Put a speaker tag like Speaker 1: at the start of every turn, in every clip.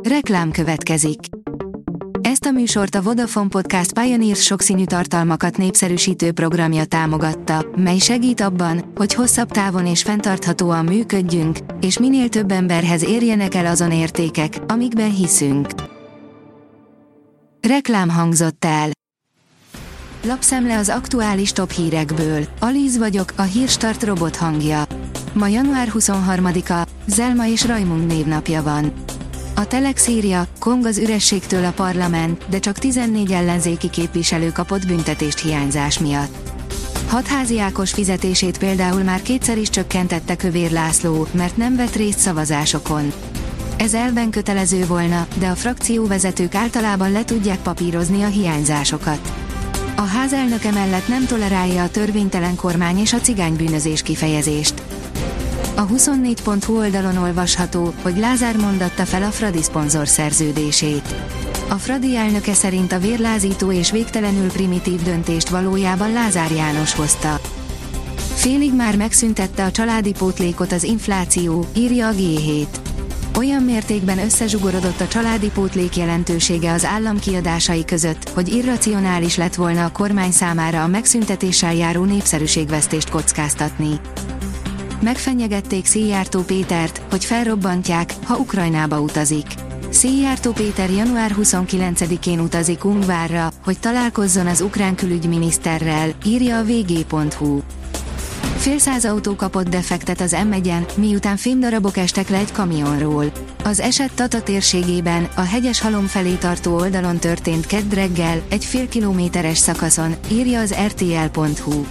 Speaker 1: Reklám következik. Ezt a műsort a Vodafone Podcast Pioneers sokszínű tartalmakat népszerűsítő programja támogatta, mely segít abban, hogy hosszabb távon és fenntarthatóan működjünk, és minél több emberhez érjenek el azon értékek, amikben hiszünk. Reklám hangzott el. Lapszemle az aktuális top hírekből. Alíz vagyok, a Hírstart robot hangja. Ma január 23-a, Zelma és Rajmund névnapja van. A Telex írja, kong az ürességtől a parlament, de csak 14 ellenzéki képviselő kapott büntetést hiányzás miatt. Hatházi Ákos fizetését például már kétszer is csökkentette Kövér László, mert nem vett részt szavazásokon. Ez elvben kötelező volna, de a frakcióvezetők általában le tudják papírozni a hiányzásokat. A házelnök emellett nem tolerálja a törvénytelen kormány és a cigánybűnözés kifejezést. A 24.hu oldalon olvasható, hogy Lázár mondatta fel a Fradi szponzor szerződését. A Fradi elnöke szerint a vérlázító és végtelenül primitív döntést valójában Lázár János hozta. Félig már megszüntette a családi pótlékot az infláció, írja a G7. Olyan mértékben összezsugorodott a családi pótlék jelentősége az állam kiadásai között, hogy irracionális lett volna a kormány számára a megszüntetéssel járó népszerűségvesztést kockáztatni. Megfenyegették Szijjártó Pétert, hogy felrobbantják, ha Ukrajnába utazik. Szijjártó Péter január 29-én utazik Ungvárra, hogy találkozzon az ukrán külügyminiszterrel, írja a vg.hu. Fél száz autó kapott defektet az M1-en, miután fémdarabok estek le egy kamionról. Az eset Tata térségében, a Hegyeshalom felé tartó oldalon történt kedd reggel, egy fél kilométeres szakaszon, írja az rtl.hu.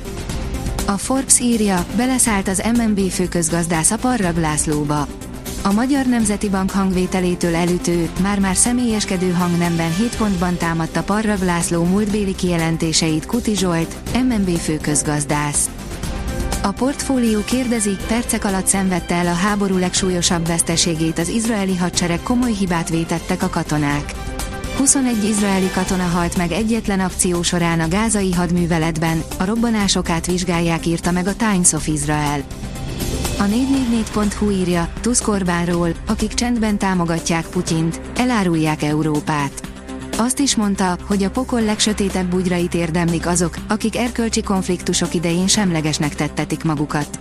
Speaker 1: A Forbes írja, beleszállt az MNB főközgazdász a Parrag Lászlóba. A Magyar Nemzeti Bank hangvételétől elütő, már-már személyeskedő hangnemben 7 pontban támadta Parrag László múltbéli kijelentéseit Kuti Zsolt, MNB főközgazdász. A Portfólió kérdezi, percek alatt szenvedte el a háború legsúlyosabb veszteségét az izraeli hadsereg, komoly hibát vétettek a katonák. 21 izraeli katona halt meg egyetlen akció során a gázai hadműveletben, a robbanásokát vizsgálják, írta meg a Times of Israel. A 444.hu írja, Tusk Orbánról, akik csendben támogatják Putyint, elárulják Európát. Azt is mondta, hogy a pokol legsötétebb bugyrait érdemlik azok, akik erkölcsi konfliktusok idején semlegesnek tettetik magukat.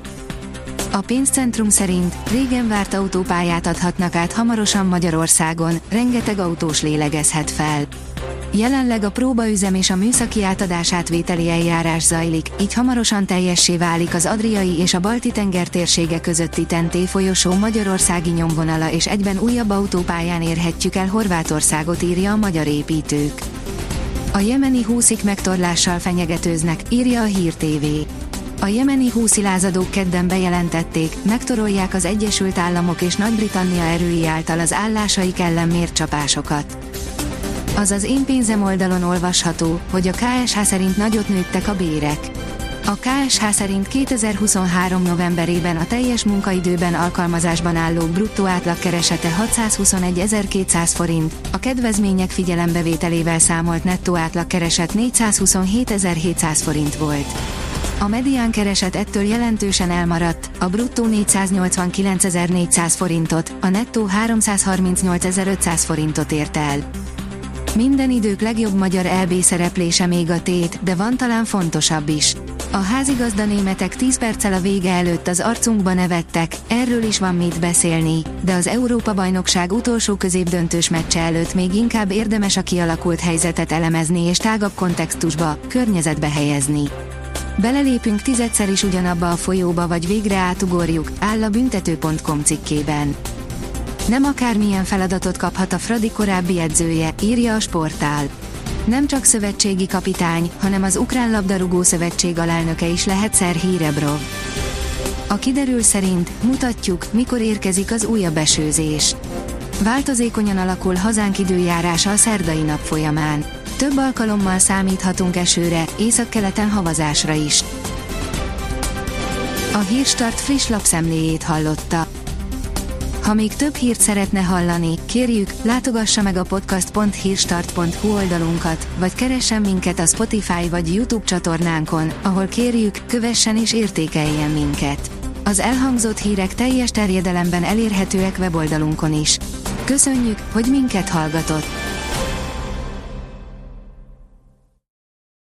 Speaker 1: A pénzcentrum szerint régen várt autópályát adhatnak át hamarosan Magyarországon, rengeteg autós lélegezhet fel. Jelenleg a próbaüzem és a műszaki átadás-átvételi eljárás zajlik, így hamarosan teljessé válik az Adriai és a Balti-tenger térsége közötti TEN-T folyosó magyarországi nyomvonala, és egyben újabb autópályán érhetjük el Horvátországot, írja a Magyar Építők. A jemeni húszik megtorlással fenyegetőznek, írja a Hír TV. A jemeni húszi lázadók kedden bejelentették, megtorolják az Egyesült Államok és Nagy-Britannia erői által az állásaik ellen mért csapásokat. Az Én pénzem oldalon olvasható, hogy a KSH szerint nagyot nőttek a bérek. A KSH szerint 2023. novemberében a teljes munkaidőben alkalmazásban állók bruttó átlagkeresete 621.200 forint, a kedvezmények figyelembevételével számolt nettó átlagkereset 427.700 forint volt. A medián kereset ettől jelentősen elmaradt, a bruttó 489.400 forintot, a nettó 338.500 forintot ért el. Minden idők legjobb magyar EB szereplése még a tét, de van talán fontosabb is. A házigazda németek 10 perccel a vége előtt az arcunkba nevettek, erről is van mit beszélni, de az Európa-bajnokság utolsó középdöntős meccse előtt még inkább érdemes a kialakult helyzetet elemezni és tágabb kontextusba, környezetbe helyezni. Belelépünk 10-szer is ugyanabba a folyóba, vagy végre átugorjuk, áll a büntető.com cikkében. Nem akármilyen feladatot kaphat a Fradi korábbi edzője, írja a Sportál. Nem csak szövetségi kapitány, hanem az Ukrán Labdarúgó Szövetség alelnöke is lehet Szerhij Rebrov. A kiderül szerint mutatjuk, mikor érkezik az újabb esőzés. Változékonyan alakul hazánk időjárása a szerdai nap folyamán. Több alkalommal számíthatunk esőre, északkeleten havazásra is. A Hírstart friss lapszemléjét hallotta. Ha még több hírt szeretne hallani, kérjük, látogassa meg a podcast.hírstart.hu oldalunkat, vagy keressen minket a Spotify vagy YouTube csatornánkon, ahol kérjük, kövessen és értékeljen minket. Az elhangzott hírek teljes terjedelemben elérhetőek weboldalunkon is. Köszönjük, hogy minket hallgatott!